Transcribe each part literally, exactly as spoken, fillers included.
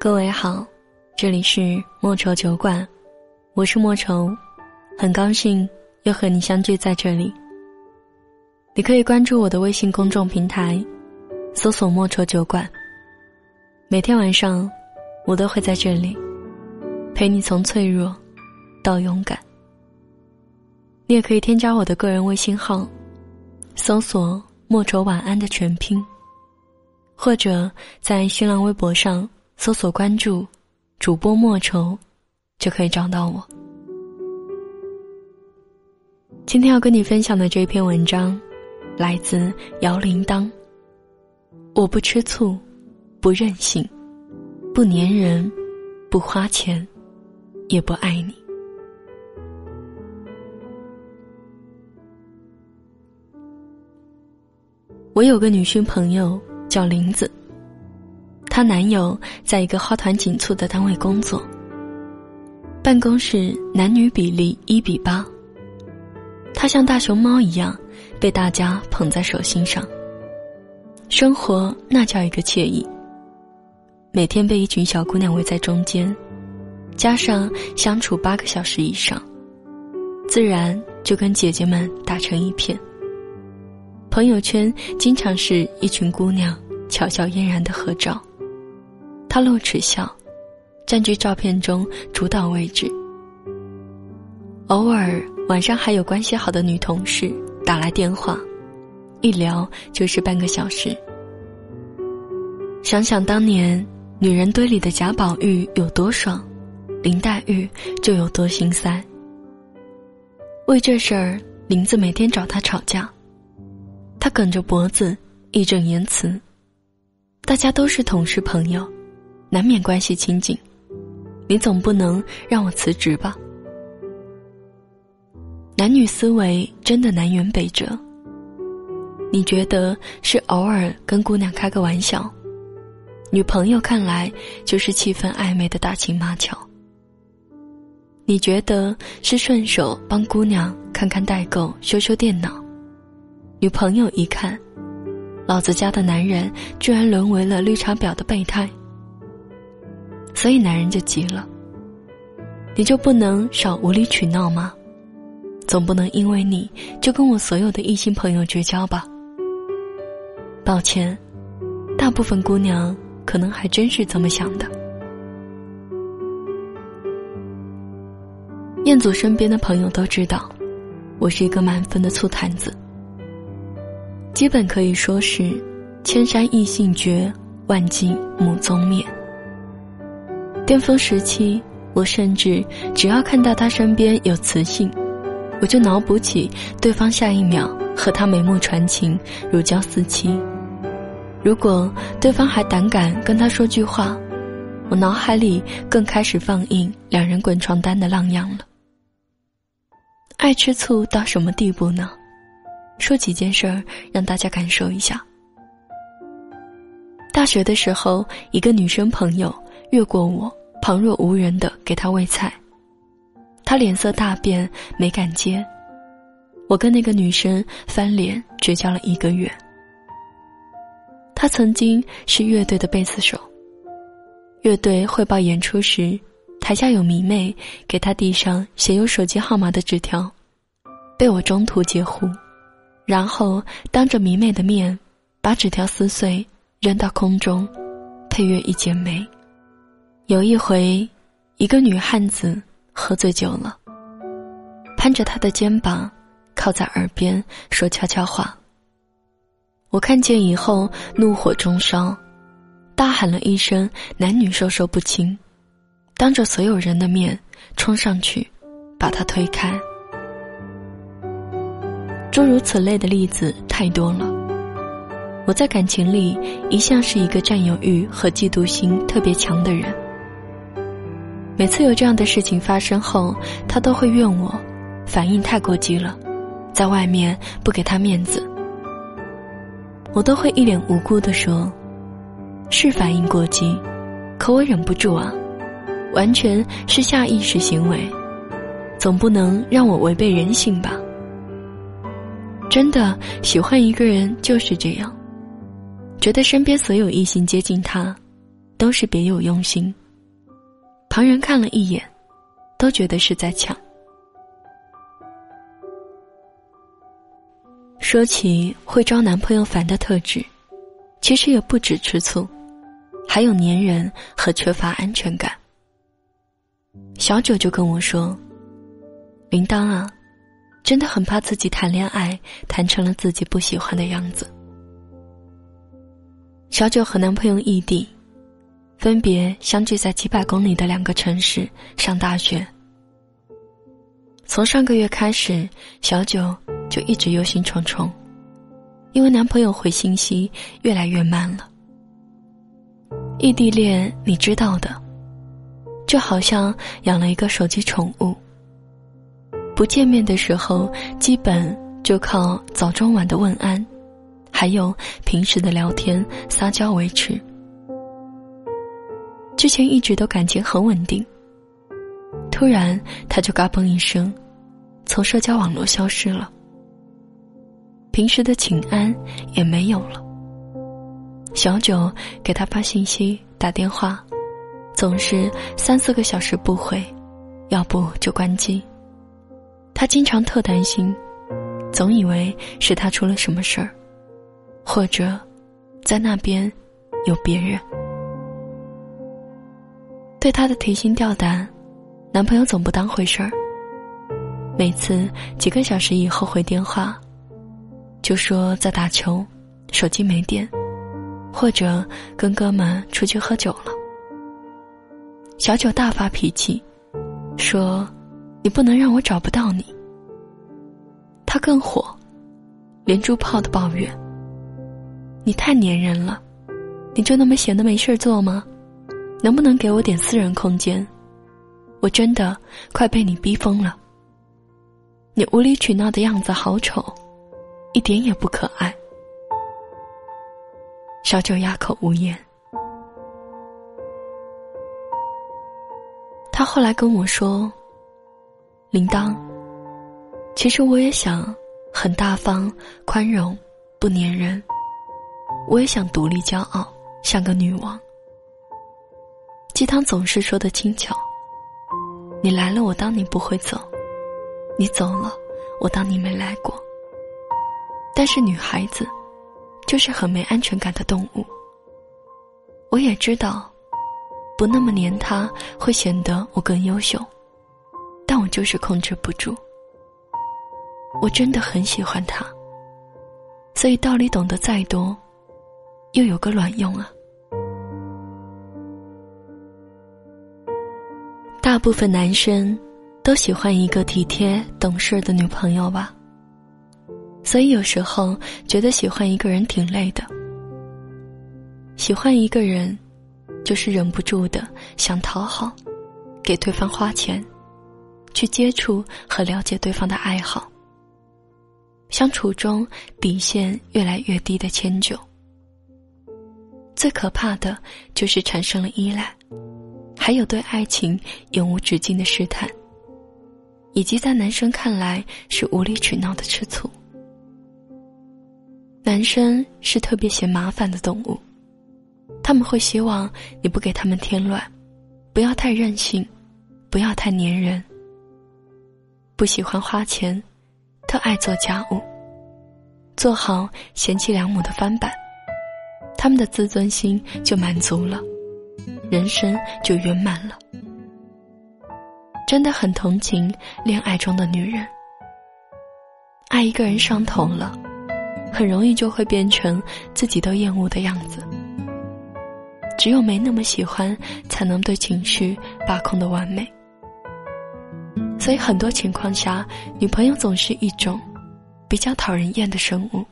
各位好，这里是莫愁酒馆，我是莫愁，很高兴又和你相聚在这里。你可以关注我的微信公众平台，搜索莫愁酒馆，每天晚上我都会在这里陪你从脆弱到勇敢。你也可以添加我的个人微信号，搜索莫愁晚安的全拼，或者在新浪微博上搜索关注主播莫愁，就可以找到我。今天要跟你分享的这篇文章来自姚铃铛。我不吃醋，不任性，不粘人，不花钱，也不爱你。我有个女性朋友叫林子，她男友在一个花团锦簇的单位工作，办公室男女比例一比八，她像大熊猫一样被大家捧在手心上，生活那叫一个惬意。每天被一群小姑娘围在中间，加上相处八个小时以上，自然就跟姐姐们打成一片。朋友圈经常是一群姑娘巧笑嫣然的合照，她露齿笑，占据照片中主导位置。偶尔晚上还有关系好的女同事打来电话，一聊就是半个小时。想想当年女人堆里的贾宝玉有多爽，林黛玉就有多心塞。为这事儿，林子每天找她吵架，她梗着脖子义正言辞。大家都是同事朋友，难免关系亲近，你总不能让我辞职吧？男女思维真的南辕北辙。你觉得是偶尔跟姑娘开个玩笑，女朋友看来就是气氛暧昧的打情骂俏。你觉得是顺手帮姑娘看看代购修修电脑，女朋友一看，老子家的男人居然沦为了绿茶婊的备胎。所以男人就急了，你就不能少无理取闹吗？总不能因为你就跟我所有的异性朋友绝交吧？抱歉，大部分姑娘可能还真是这么想的。彦祖身边的朋友都知道，我是一个满分的醋坛子，基本可以说是千山异性绝，万骑母宗灭。巅峰时期，我甚至只要看到他身边有雌性，我就脑补起对方下一秒和他眉目传情，如胶似漆。如果对方还胆敢跟他说句话，我脑海里更开始放映两人滚床单的浪样了。爱吃醋到什么地步呢？说几件事儿让大家感受一下。大学的时候，一个女生朋友越过我，旁若无人地给她喂菜，她脸色大变，没敢接。我跟那个女生翻脸绝交了一个月。她曾经是乐队的贝斯手，乐队汇报演出时，台下有迷妹给她递上写有手机号码的纸条，被我中途截胡，然后当着迷妹的面把纸条撕碎扔到空中，配乐一剪梅。有一回，一个女汉子喝醉酒了，攀着她的肩膀靠在耳边说悄悄话。我看见以后怒火中烧，大喊了一声男女授受不亲，当着所有人的面冲上去把她推开。诸如此类的例子太多了。我在感情里一向是一个占有欲和嫉妒心特别强的人，每次有这样的事情发生后，他都会怨我反应太过激了，在外面不给他面子。我都会一脸无辜地说，是反应过激，可我忍不住啊，完全是下意识行为，总不能让我违背人性吧。真的喜欢一个人就是这样，觉得身边所有异性接近他， 都是别有用心，旁人看了一眼都觉得是在抢。说起会招男朋友烦的特质，其实也不止吃醋，还有粘人和缺乏安全感。小九就跟我说，铃铛啊，真的很怕自己谈恋爱谈成了自己不喜欢的样子。小九和男朋友异地，分别相距在几百公里的两个城市上大学。从上个月开始，小九就一直忧心忡忡，因为男朋友回信息越来越慢了。异地恋你知道的，就好像养了一个手机宠物，不见面的时候基本就靠早中晚的问安，还有平时的聊天撒娇维持。之前一直都感情很稳定，突然他就嘎嘣一声从社交网络消失了，平时的请安也没有了。小九给他发信息打电话，总是三四个小时不回，要不就关机。他经常特担心，总以为是他出了什么事儿，或者在那边有别人。对他的提心吊胆，男朋友总不当回事儿，每次几个小时以后回电话，就说在打球，手机没电，或者跟哥们出去喝酒了。小九大发脾气，说你不能让我找不到你。他更火，连珠炮的抱怨，你太粘人了，你就那么闲得没事做吗？能不能给我点私人空间？我真的快被你逼疯了。你无理取闹的样子好丑，一点也不可爱。小九哑口无言。他后来跟我说，铃铛，其实我也想很大方宽容不粘人，我也想独立骄傲像个女王。鸡汤总是说的轻巧，你来了我当你不会走，你走了我当你没来过。但是女孩子就是很没安全感的动物，我也知道不那么黏她会显得我更优秀，但我就是控制不住。我真的很喜欢她，所以道理懂得再多又有个卵用啊。大部分男生都喜欢一个体贴懂事的女朋友吧，所以有时候觉得喜欢一个人挺累的。喜欢一个人就是忍不住的想讨好，给对方花钱，去接触和了解对方的爱好，相处中底线越来越低的迁就。最可怕的就是产生了依赖，还有对爱情永无止境的试探，以及在男生看来是无理取闹的吃醋。男生是特别嫌麻烦的动物，他们会希望你不给他们添乱，不要太任性，不要太粘人，不喜欢花钱，特爱做家务，做好贤妻良母的翻版，他们的自尊心就满足了，人生就圆满了。真的很同情恋爱中的女人，爱一个人上头了，很容易就会变成自己都厌恶的样子。只有没那么喜欢，才能对情绪把控的完美。所以很多情况下，女朋友总是一种比较讨人厌的生物。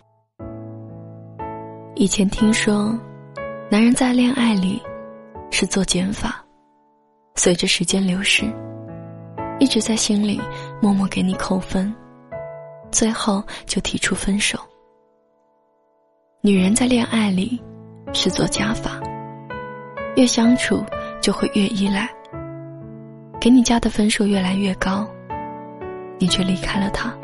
以前听说，男人在恋爱里是做减法，随着时间流逝，一直在心里默默给你扣分，最后就提出分手。女人在恋爱里是做加法，越相处就会越依赖，给你加的分数越来越高，你却离开了他。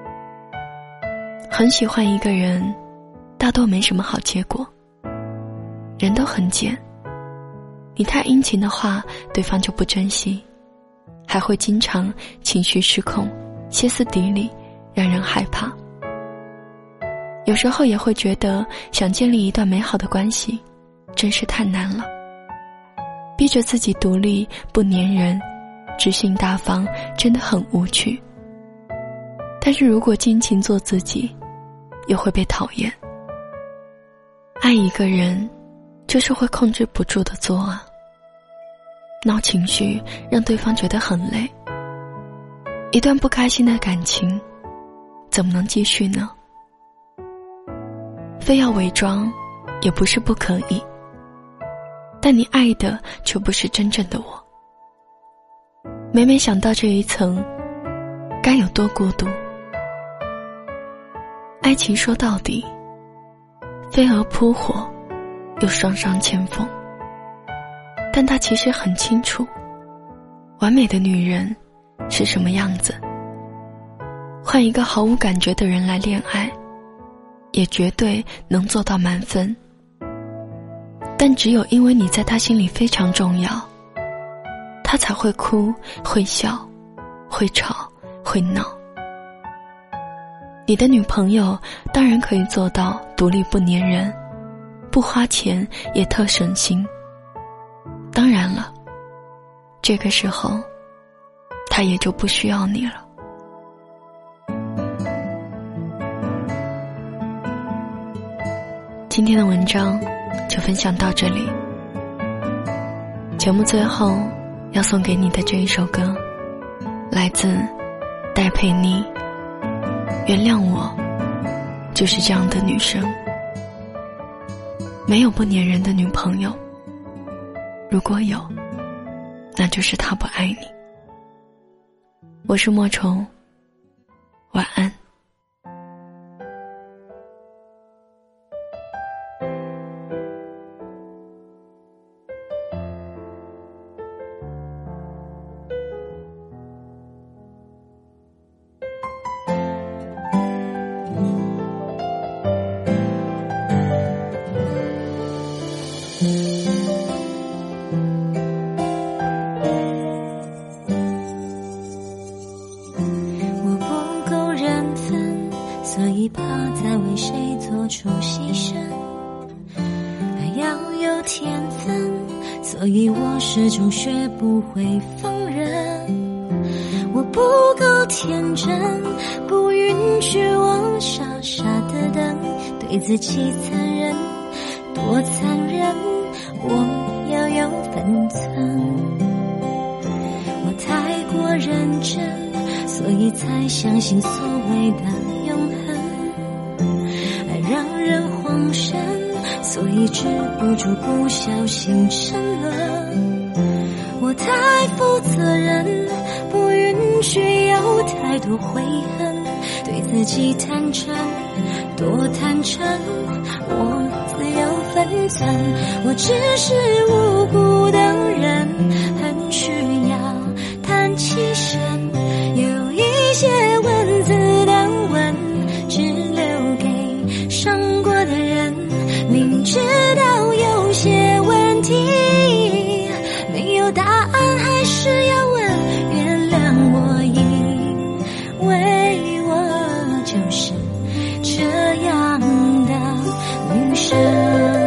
很喜欢一个人，大多没什么好结果，人都很贱， 你太殷勤的话，对方就不珍惜，还会经常情绪失控，歇斯底里，让人害怕。有时候也会觉得想建立一段美好的关系真是太难了，逼着自己独立不粘人，知性大方，真的很无趣。但是如果尽情做自己，又会被讨厌。爱一个人就是会控制不住的做啊，闹情绪让对方觉得很累。一段不开心的感情怎么能继续呢？非要伪装也不是不可以，但你爱的却不是真正的我。每每想到这一层，该有多孤独。爱情说到底，飞蛾扑火，又双双欠锋。但他其实很清楚，完美的女人是什么样子。换一个毫无感觉的人来恋爱，也绝对能做到满分。但只有因为你在他心里非常重要，他才会哭，会笑，会吵，会闹。你的女朋友当然可以做到独立不粘人，不花钱也特省心。当然了，这个时候她也就不需要你了。今天的文章就分享到这里。节目最后要送给你的这一首歌，来自戴佩妮，原谅我就是这样的女生。没有不粘人的女朋友，如果有，那就是她不爱你。我是莫虫，晚安。 所以怕再为谁做出牺牲，爱要有天分，所以我始终学不会放任。我不够天真，不允许我傻傻的等，对自己残忍，多残忍，我要有分寸。我太过认真，所以才相信所谓的永恒，爱让人慌神，所以止不住不小心沉沦。我太负责任，不允许有太多悔恨，对自己坦诚，多坦诚，我自有分寸。我只是无辜的人，很需要叹气声，有一些文字的吻只留给伤过的人。明知道有些问题没有答案，还是要问，原谅我，因为我就是这样的女生。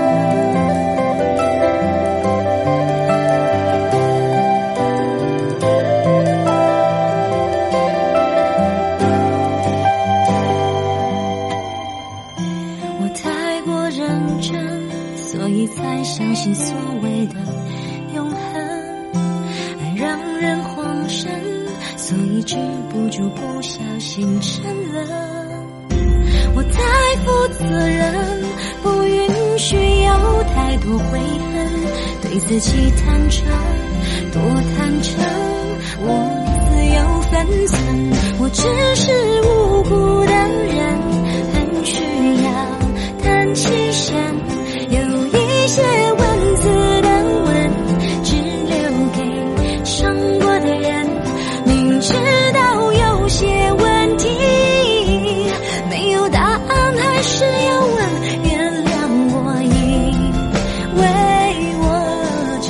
所以才相信所谓的永恒，爱让人慌神，所以止不住不小心沉沦。我太负责任，不允许有太多悔恨，对自己坦诚，多坦诚，我自有分寸。我只是无辜的人，很需要叹气声，有一些文字的吻只留给伤过的人。明知道有些问题没有答案，还是要问，原谅我，因为我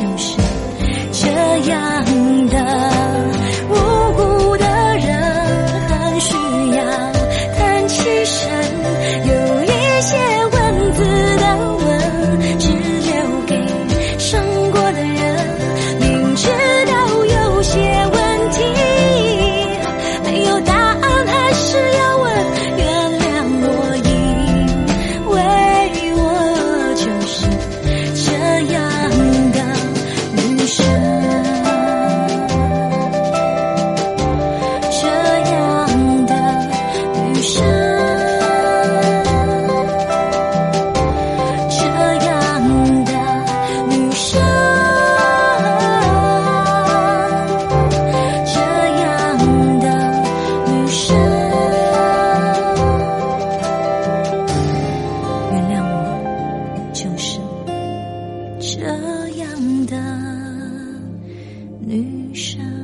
这样的女生。